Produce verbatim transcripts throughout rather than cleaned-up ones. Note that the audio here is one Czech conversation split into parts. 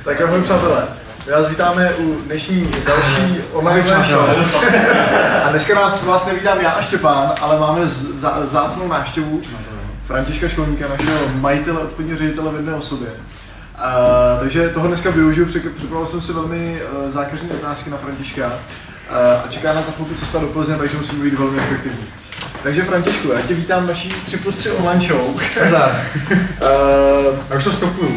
Tak ahoj přátelé, my vás vítáme u dnešní další online show. A dneska nás vás nevítám já a Štěpán, ale máme vzácnou návštěvu Františka Školníka, našeho majitele, obchodního ředitele v jedné osobě. Uh, takže toho dneska využiju, připravil jsem si velmi uh, zákeřní otázky na Františka uh, a čeká nás za chvilku cesta do Plzně, takže musíme být velmi efektivní. Takže Františku, já tě vítám v naší tři plus tři online show. uh, já už to stopuju.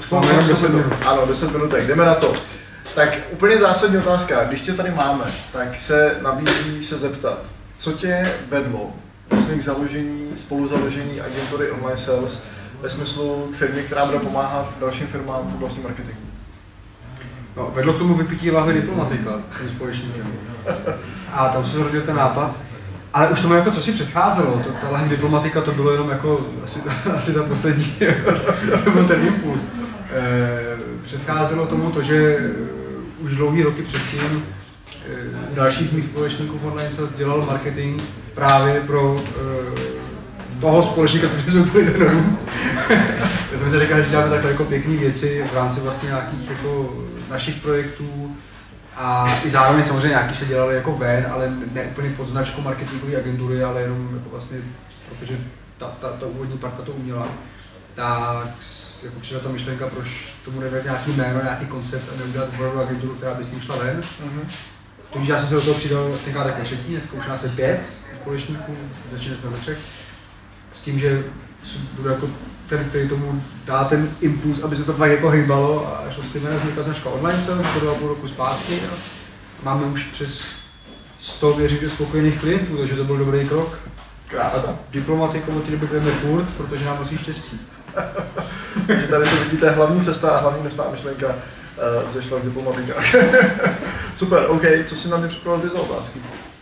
Ano, deset minutek, jdeme na to. Tak úplně zásadní otázka, když tě tady máme, tak se nabízí se zeptat, co tě vedlo vlastně k založení, spoluzaložení agentury Online Sales ve smyslu k firmě, která bude pomáhat dalším firmám v oblasti marketingu? No, vedlo k tomu vypití lahve Diplomatika s společníkem. A tam se zrodil ten nápad. Ale už tomu jako co si předcházelo, to, ta lahve Diplomatika to bylo jenom jako asi, asi ta poslední, to byl ten impuls. E, předcházelo tomu to, že už dlouhý roky předtím e, další z mých společníků v Online Sales dělal marketing právě pro e, toho společníka, co jsme byli ten dům. Tak jsme si říkali, že děláme takhle jako pěkné věci v rámci vlastně nějakých jako našich projektů a i zároveň samozřejmě nějaký se dělali jako ven, ale ne úplně pod značkou marketingové agentury, ale jenom jako vlastně, protože ta, ta, ta úvodní parta to uměla, tak jako přišla ta myšlenka, proč tomu nedat nějaký jméno, nějaký koncept a neudělat opravdu agenturu, která by s tím šla ven. Mm-hmm. Tudíž já jsem se do toho přidal tenkrát jako třetí, dneska už nás je pět společníků, začínali jsme ve třech. S tím, že budu jako ten, který tomu dá ten impuls, aby se to fakt jako hýbalo a šlo s tím jménem vznikla značka Online Sales, to dva půl roku zpátky a máme už přes sto, věřím, že spokojených klientů, takže to byl dobrý krok. Krása. A Diplomatikou od té doby budeme furt, protože nám nosí štěstí. Takže tady to vidíte, hlavní cesta a hlavní městná myšlenka uh, zešla v Diplomatikách. Super, OK, co si na mě připravil ty za otázky?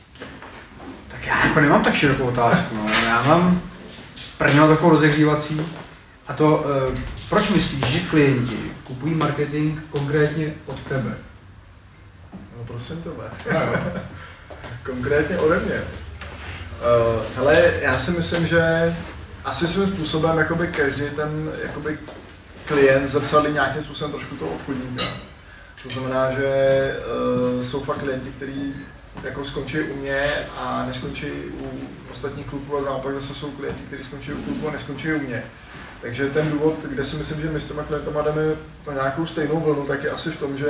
Tak já jako nemám tak širokou otázku, no. Já mám první takovou rozehřívací a to, uh, proč myslíš, že klienti kupují marketing konkrétně od tebe? No prosím tebe. Konkrétně ode mě. Uh, hele, já si myslím, že asi svým způsobem jakoby každý ten jakoby klient zrcadlí nějakým způsobem trošku toho obchodníka. To znamená, že uh, jsou fakt klienti, kteří jako skončí u mě a neskončí u ostatních kluků a naopak zase jsou klienti, kteří skončí u kluků a neskončí u mě. Takže ten důvod, kde si myslím, že my s těma klientama jdeme na nějakou stejnou vlnu, tak je asi v tom, že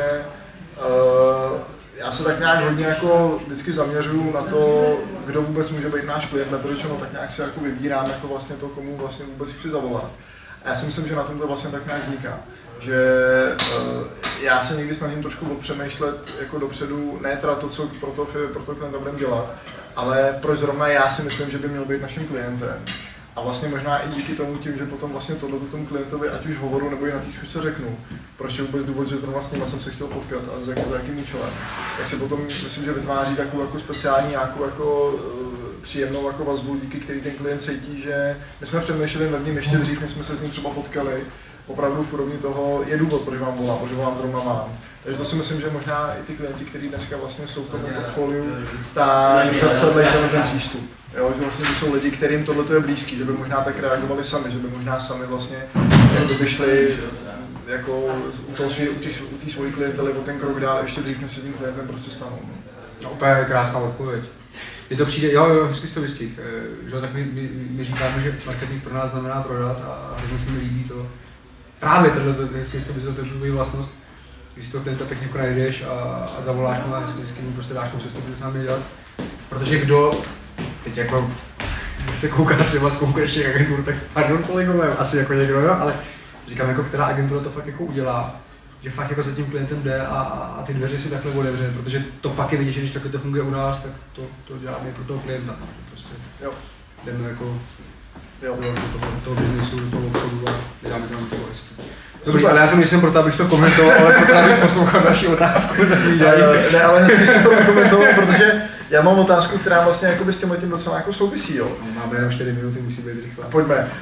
uh, já se tak nějak hodně jako vždycky zaměřuju na to, kdo vůbec může být náš klient, nebo řečeno, tak nějak se jako vybírám jako vlastně to, komu vlastně vůbec chci zavolat. A já si myslím, že na tom to vlastně tak nějak vzniká. Že uh, já se někdy snažím trošku odpřemýšlet jako dopředu, ne teda to, co pro to, pro to klienta budeme dělat, ale proč zrovna já si myslím, že by měl být naším klientem. A vlastně možná i díky tomu tím, že potom vlastně tohle tomu klientovi, ať už v hovoru nebo i na té schůzce řeknu, proč je vůbec důvod, že zrovna s nima jsem se chtěl potkat a za, za jakým účelem. Tak se potom myslím, že vytváří takovou jako speciální nějakou jako příjemnou jako vazbu, díky který ten klient cítí, že my jsme přemýšleli nad ním ještě dřív, než jsme se s ním třeba potkali. Opravdu v úrovni toho je důvod, proč vám volám, proč vám zrovna mám. Takže to si myslím, že možná i ty klienti, kteří dneska vlastně jsou v tom portfoliu, tak zrcadlí ten přístup. Jo, že vlastně to jsou lidi, kterým tohle je blízký, že by možná tak reagovali sami, že by možná sami vlastně jako by šli jako u toho svý, u těch, u té svojí klientely o ten krok dál ještě dřív, než se tím klientem prostě stanou. No úplně krásná odpověď. Mně to přijde, jo, jo, hezky jsi to vystih, že tak my, my, my říkáme, že marketing pro nás znamená prodat a hrozně se mi líbí to. Právě tohle hezky jsi to vystih, to je tvůj vlastnost, když si toho klienta pěkně najdeš a, a zavoláš mu a hezky, hezky mu prostě dáš mu cestu, co s námi dělat. Protože kdo teď jako se kouká třeba z konkurenčních agentur, tak pardon kolegové, asi jako někdo, jo, ale říkám, jako která agentura to fakt jako udělá, že fakt jako za tím klientem jde a, a ty dveře si takhle otevře, protože to pak je vidět, že když takhle to funguje u nás, tak to, to děláme pro toho klienta, no, že prostě jo. jdeme jako jo. do, do toho, toho biznesu, do toho obchodu a děláme tam toho hezky. Dobrý, ale já to nejsem proto, abych to komentoval, ale proto, abych poslouchal naši otázku, tak mi dělají. Ne, ale hezky jsem to nekomentoval, protože já mám otázku, která vlastně jakoby s tímhle tím docela jako souvisí, jo. Máme jenom čtyři minuty, musí být rychle. Pojďme. Uh,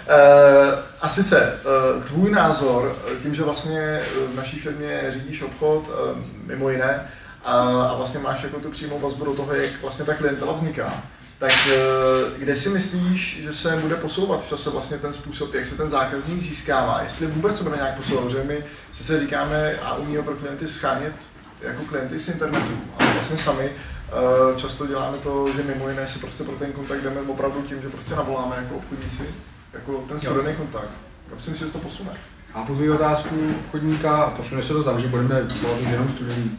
a sice, uh, tvůj názor, tím, že vlastně v naší firmě řídíš obchod, uh, mimo jiné, a, a vlastně máš jako tu přímou vazbu do toho, jak vlastně ta klientela vzniká, tak kde si myslíš, že se bude posouvat v čase vlastně ten způsob, jak se ten zákazník získává, jestli vůbec se bude nějak posouvat, že my sice říkáme a umíme pro klienty schánět jako klienty z internetu, ale vlastně sami často děláme to, že mimo jiné si prostě pro ten kontakt jdeme opravdu tím, že prostě navoláme jako obchodníci, jako ten studený kontakt. Já si myslím, že to posune. A po tvou otázku obchodníka, posune se to tam, že budeme volat už jenom studený.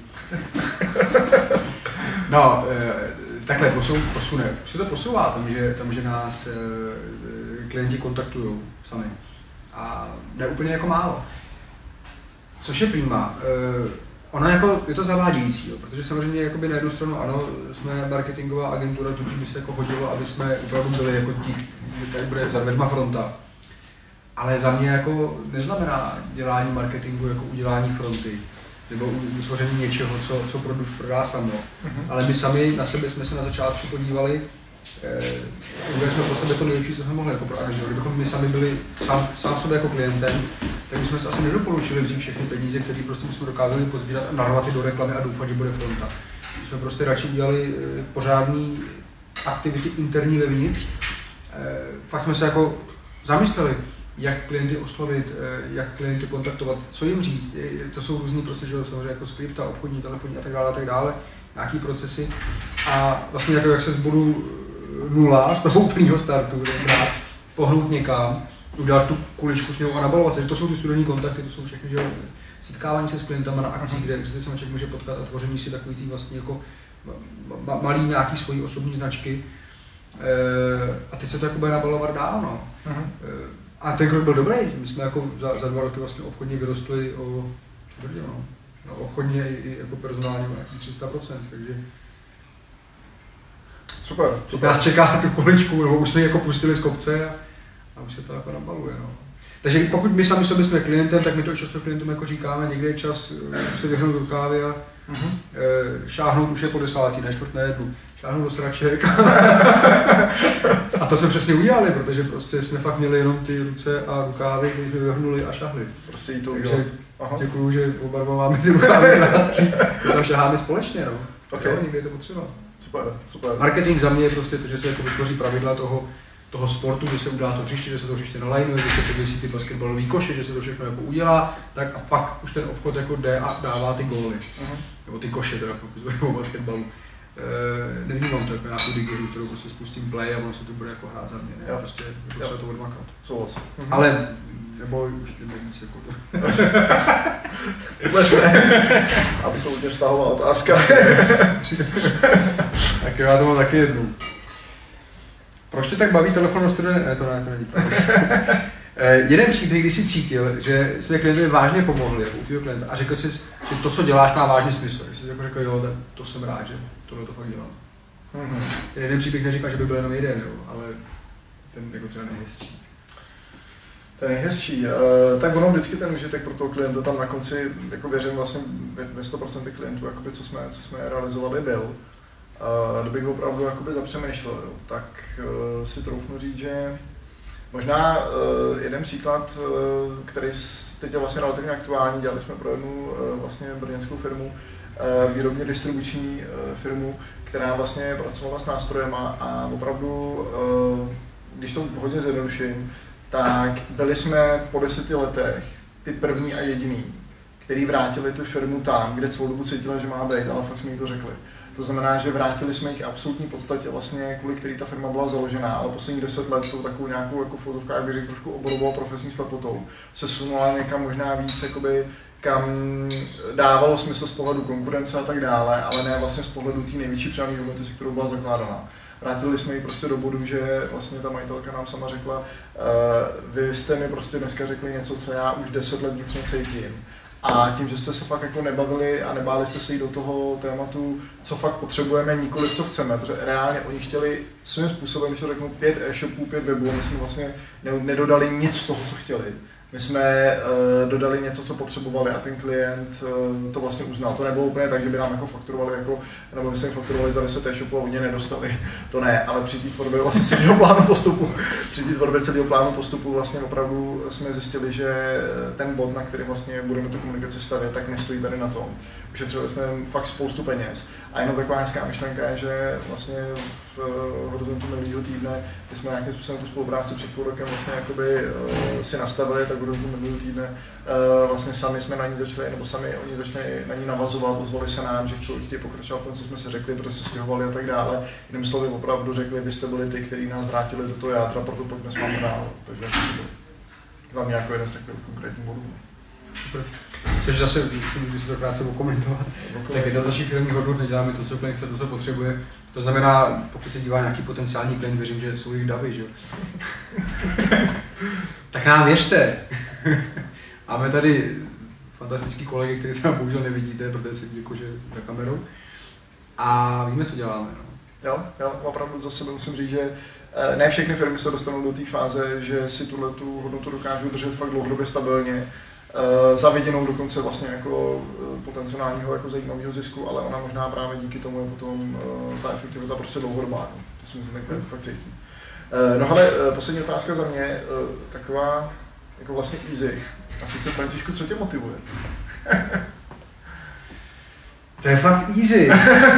No, e, takhle posun, posune. Už se to posouvá tam, že, tam, že nás e, klienti kontaktují sami. A je úplně jako málo. Což je prima. E, Ono jako, je to zavádějící, jo, protože samozřejmě jakoby na jednu stranu ano, jsme marketingová agentura, tudíž by se jako hodilo, aby jsme opravdu byli jako ti, tady bude za dveřma fronta. Ale za mě jako neznamená dělání marketingu jako udělání fronty, nebo vytvoření něčeho, co, co produkt prodá samo. Mm-hmm. Ale my sami na sebe jsme se na začátku podívali, eh, udělali jsme pro sebe to nejlepší, co jsme mohli jako pro agenturu. Kdybychom my sami byli sám, sám sobě jako klientem, tak bychom se asi nedoporučili vzít všechny peníze, které prostě bychom dokázali pozbírat a narvat je do reklamy a doufat, že bude fronta. My jsme prostě radši udělali eh, pořádný aktivity interní vevnitř. Eh, fakt jsme se jako zamysleli, jak klienty oslovit, jak klienty kontaktovat, co jim říct. To jsou různý prostě, že samozřejmě jako skripta, obchodní, telefonní a tak dále, a tak dále, nějaký procesy. A vlastně jako jak se z bodu nula, z toho úplného startu, brát, pohnout někam, udělat tu kuličku s něho a nabalovat se. To jsou ty studijní kontakty, to jsou všechny, že setkávání se s klientama na akcích, kde, kde se člověk může potkat a tvoření si takový tý vlastně jako malý nějaký svojí osobní značky. A teď se to jako bude nabalovat dál, no. Uh-huh. A ten krok byl dobrý, my jsme jako za, za dva roky vlastně obchodně vyrostli o, no, no, obchodně i, i jako personálně o tři sta procent, takže super, super. Nás čeká tu kuličku, nebo už jsme ji jako pustili z kopce a, a už se to jako nabaluje, no. Takže pokud my sami sobě jsme klientem, tak my to často klientům jako říkáme, někdy je čas se vyhnout do rukávy a uh-huh. e, šáhnout už je po desátý, ne čtvrt na jednu. Šáhnout do sraček. A to jsme přesně udělali, protože prostě jsme fakt měli jenom ty ruce a rukávy, které jsme vyhrnuli a šahli. Prostě jí to udělat. Děkuju, že oba dva máme ty rukávy krátky, tam šaháme společně, no. Okay. Jo, někdy je to potřeba. Super, super. Marketing za mě je prostě to, že se jako vytvoří pravidla toho, toho sportu, že se udělá to hřiště, že se to hřiště nalajnuje, že se pověsí ty basketbalové koše, že se to všechno jako udělá, tak a pak už ten obchod jako jde a dává ty góly. Uh-huh. Nebo ty koše teda, pokud o basketbalu. E, nevnímám to jako nějakou digiru, kterou prostě spustím play a ono se to bude jako hrát za mě, ne? Prostě je potřeba to odmakat. Souhlas. Uh-huh. Ale nebo už víc jako to. Vůbec ne. Absolutně vztahová otázka. Tak já to mám taky jednu. Proč tě tak baví telefon do studia? Ne, to ne, to není pravda. Jeden příběh, kdy jsi cítil, že jsme klientovi vážně pomohli jako u tvého klienta a řekl jsi, že to, co děláš, má vážný smysl. Jsi jako řekl, jo, to jsem rád, že tohle to fakt dělám. Mm-hmm. Ten jeden příběh neříká, že by byl jenom jeden, jo, ale ten jako třeba nejhezčí. Ten nejhezčí, uh, tak ono vždycky ten užitek pro toho klienta tam na konci, jako věřím vlastně ve sto procent klientů, jakoby, co, jsme, co jsme realizovali, byl. Uh, kdybych opravdu jakoby zapřemýšlel, jo, tak uh, si troufnu říct, že možná uh, jeden příklad, uh, který teď je vlastně relativně aktuální, dělali jsme pro jednu uh, vlastně brněnskou firmu, uh, výrobně distribuční uh, firmu, která vlastně pracovala s nástrojema a opravdu, uh, když to hodně zjednoduším, tak byli jsme po deseti letech ty první a jediný, který vrátili tu firmu tam, kde celou dobu cítili, že má být, ale fakt jsme jí to řekli. To znamená, že vrátili jsme jich absolutní podstatě, vlastně, kvůli který ta firma byla založená, ale posledních deset let tou takovou nějakou jako fotovka, jak bych řekl, trošku oborovou profesní slepotou, se sunula někam možná víc, jakoby, kam dávalo smysl z pohledu konkurence a tak dále, ale ne vlastně z pohledu té největší přidané hodnoty, se kterou byla zakládaná. Vrátili jsme ji prostě do bodu, že vlastně ta majitelka nám sama řekla, uh, vy jste mi prostě dneska řekli něco, co já už deset let vnitřně cítím. A tím, že jste se fakt jako nebavili a nebáli jste se jít do toho tématu, co fakt potřebujeme, nikoli co chceme, protože reálně oni chtěli svým způsobem, když řeknu pět e-shopů, pět webů, my jsme vlastně nedodali nic z toho, co chtěli. My jsme uh, dodali něco, co potřebovali a ten klient uh, to vlastně uznal. To nebylo úplně tak, že by nám jako fakturovali, jako, nebo by se jim fakturovali za deset e-shopů a oni nedostali. To ne, ale při té tvorbě vlastně celého plánu postupu, při té tvorbě celého plánu postupu vlastně opravdu jsme zjistili, že ten bod, na který vlastně budeme tu komunikaci stavět, tak nestojí tady na tom. Ušetřili jsme fakt spoustu peněz. A jenom taková hezká myšlenka je, že vlastně v uh, horizontu minulého týdne, kdy jsme nějakým způsobem tu spolupráci před půl rokem vlastně jakoby, uh, si nastavili, tak v horizontu minulého týdne uh, vlastně sami jsme na ní začali, nebo sami oni začali na ní navazovat, ozvali se nám, že chcou chtějí pokračovat v tom, co jsme se řekli, protože se stěhovali a tak dále. Jinými slovy opravdu řekli, byste byli ty, kteří nás vrátili do toho jádra, proto pojďme s vámi dál. Takže za mě jako jeden z takových konkrétních bodů. Super. Což zase, můžu si to krátce okomentovat, tak jedna z našich firmních hodnot, neděláme to, co klient chce, to, co potřebuje. To znamená, pokud se dívá nějaký potenciální klient, věřím, že jsou jich davy, že jo? Tak nám věřte. Máme tady fantastický kolegy, který tam bohužel nevidíte, protože sedí jakože za kamerou. A víme, co děláme. No. Jo, jo, opravdu za sebe musím říct, že ne všechny firmy se dostanou do té fáze, že si tuhle tu hodnotu dokážou držet fakt dlouhodobě stabilně. Za viděnou dokonce vlastně jako potenciálního jako zajímavého zisku, ale ona možná právě díky tomu je potom ta efektivita prostě dlouhodobá. To si myslím, že to fakt cítí. No ale poslední otázka za mě, taková jako vlastně easy. A sice, Františku, co tě motivuje? To je fakt easy.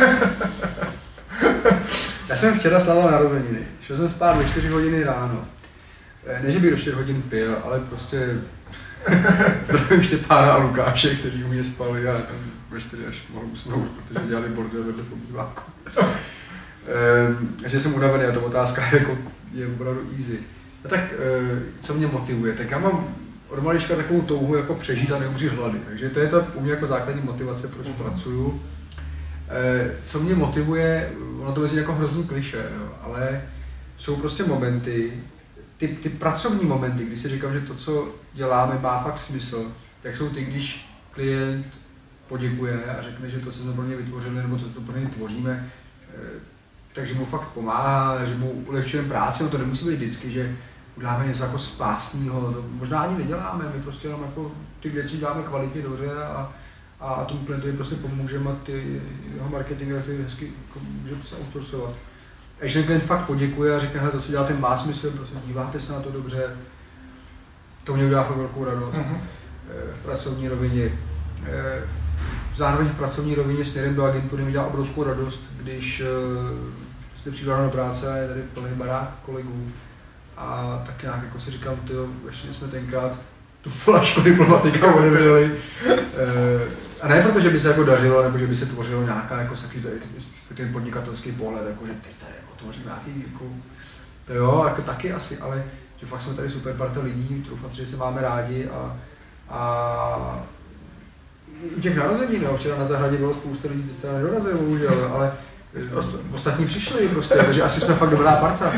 Já jsem včera slavil narozeniny. Šel jsem spát ve čtyři hodiny ráno. Ne, že bych do čtyř hodin pil, ale prostě zdravím Štěpána a Lukáše, kteří u mě spali a já tam ve čtyři až mohl usnout, protože dělali bordel vedle v obýváku. ehm, že jsem unavený a ta otázka jako je opravdu easy. No tak, e, co mě motivuje? Tak já mám od malička takovou touhu jako přežít a neumřít hlady, takže to je ta u mě jako základní motivace, proč mm. pracuju. E, co mě motivuje, ono to je jako hrozný klišé, jo, ale jsou prostě momenty, Ty, ty pracovní momenty, kdy si říkám, že to, co děláme, má fakt smysl, tak jsou ty, když klient poděkuje a řekne, že to, co jsme pro ně vytvořili, nebo to, co pro ně tvoříme, takže mu fakt pomáhá, že mu ulehčujeme práci, no to nemusí být vždycky, že uděláme něco jako spásného, to možná ani neděláme, my prostě jenom jako ty věci děláme kvalitně dobře a, a tomu klientovi prostě pomůžeme a ty jeho marketing ty hezky jako můžeme se outsourcovat. A když ten klient fakt poděkuje a řekne, hele, to, co děláte, má smysl, prostě díváte se na to dobře, to mě udělá fakt velkou radost. Uh-huh. V pracovní rovině. Zároveň v pracovní rovině směrem do agentury mi dělá obrovskou radost, když jste přijde do práce a je tady plný barák kolegů a tak nějak jako si říkám, tyjo, ještě jsme tenkrát tu flašku diplomatika otevřeli. A ne proto, že by se jako dařilo, nebo že by se tvořilo nějaká jako takový ten podnikatelský pohled, jako že teď tady jako tvoříme nějaký, jako, to jo, jako taky asi, ale že fakt jsme tady super parta lidí, troufat, že se máme rádi a, a u těch narozenin, no, včera na zahradě bylo spousta lidí, kteří se nedorazili, bohužel, ale ostatní přišli prostě, takže asi jsme fakt dobrá parta.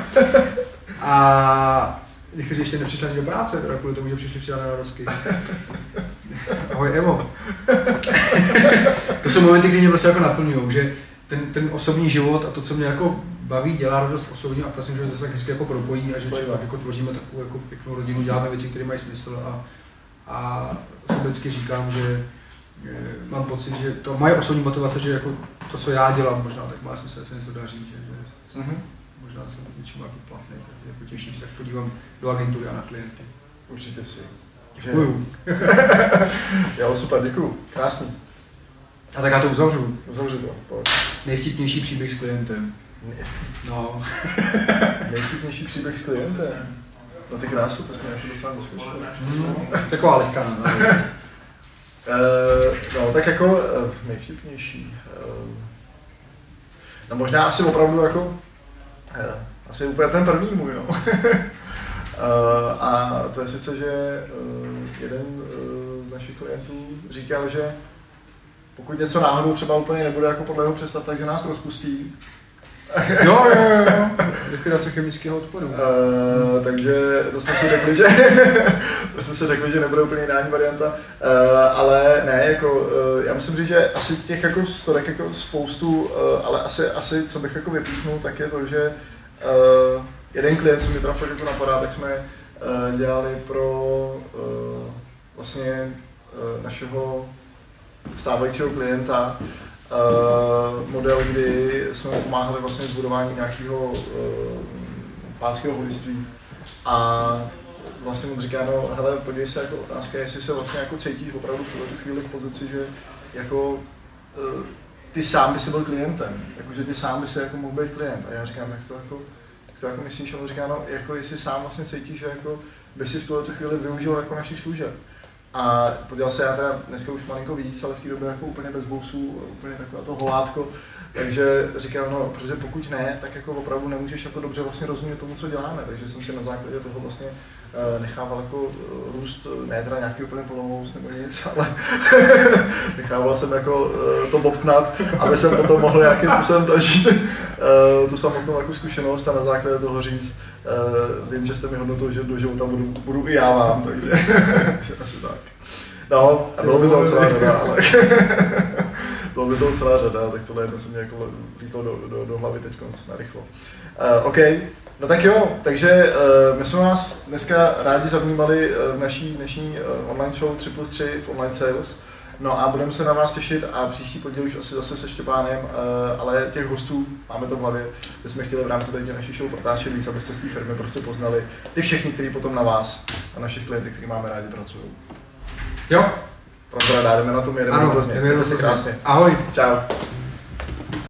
A někteří ještě nepřišli ani do práce, teda kvůli tomu, že přišli včera na narozky. Ahoj Evo. To jsou momenty, kdy mě prostě jako naplňujou, že ten, ten osobní život a to, co mě jako baví, dělá radost osobní a vlastně, že to se tak hezky jako propojí a že třeba jako tvoříme takovou jako pěknou rodinu, děláme věci, které mají smysl a, a osobecky říkám, že mám pocit, že to moje osobní motivace, že jako to, co já dělám, možná tak má smysl, že se něco daří, že, že mm-hmm. možná jsem něčím nějaký platný, takže jako těší, že tak podívám do agentury a na klienty. Určitě si. Děkuju. Jo, super, děkuju. Krásný. A tak já to uzavřu. Uzavřu to, pojď. Nejvtipnější příběh s klientem. No. Nejvtipnější příběh s klientem? No ty krásy, to jsme jako docela neskočili. No, taková lehká, no. Uh, no, tak jako uh, nejvtipnější. Uh, no možná asi opravdu jako, uh, asi úplně ten první můj, no. uh, a to je sice, že uh, jeden uh, z našich klientů říkal, že pokud něco náhodou třeba úplně nebude jako podle jeho představ, takže nás rozpustí. Jo, jo, jo, likvidace chemického odpadu. Uh, takže to jsme si řekli, že to jsme si řekli, že nebude úplně ideální varianta, uh, ale ne, jako, uh, já musím říct, že asi těch jako storek jako spoustu, uh, ale asi, asi co bych jako vypíchnul, tak je to, že uh, jeden klient, co mi teda fakt jako napadá, tak jsme dělali pro vlastně našeho stávajícího klienta model, kdy jsme pomáhali vlastně s budováním nějakého pánského holiství. A vlastně mu říká, no hele, podívej se, jako otázka, jestli se vlastně jako cítíš opravdu v tuto chvíli v pozici, že jako ty sám by si byl klientem, jakože ty sám by si jako mohl být klient. A já říkám, jak to jako, jak to jako myslíš? A on říká, no jako jestli sám vlastně cítíš, že jako by si v tuto chvíli využil jako našich služeb. A podělal se já teda dneska už malinko víc, ale v té době jako úplně bez bousů, úplně takové to holátko. Takže říkám, no, protože pokud ne, tak jako opravdu nemůžeš jako dobře vlastně rozumět tomu, co děláme. Takže jsem si na základě toho vlastně nechával jako růst, ne teda nějaký úplně polomous nebo nic, ale nechával jsem jako to bobtnat, aby jsem potom mohl nějakým způsobem zažít tu samotnou jako zkušenost a na základě toho říct, vím, že jste mi hodnotou, že do života budu, budu i já vám, takže asi tak. No, a bylo by to celá řada, ale bylo by to celá řada, tak tohle jedno se mě jako lítlo do, do, do hlavy teď narychlo. Uh, OK, no tak jo, takže uh, my jsme vás dneska rádi zavnímali v naší dnešní uh, online show tři plus tři v online sales. No a budeme se na vás těšit a příští pondělí už asi zase se Štěpánem, uh, ale těch hostů máme to v hlavě, že jsme chtěli v rámci tady naší show protáčet víc, abyste z té firmy prostě poznali ty všechny, kteří potom na vás a našich klientech, který máme rádi, pracují. Jo. Pronto jdeme na tom, jedeme do Plzně. Mějte se krásně. Ahoj. Čau.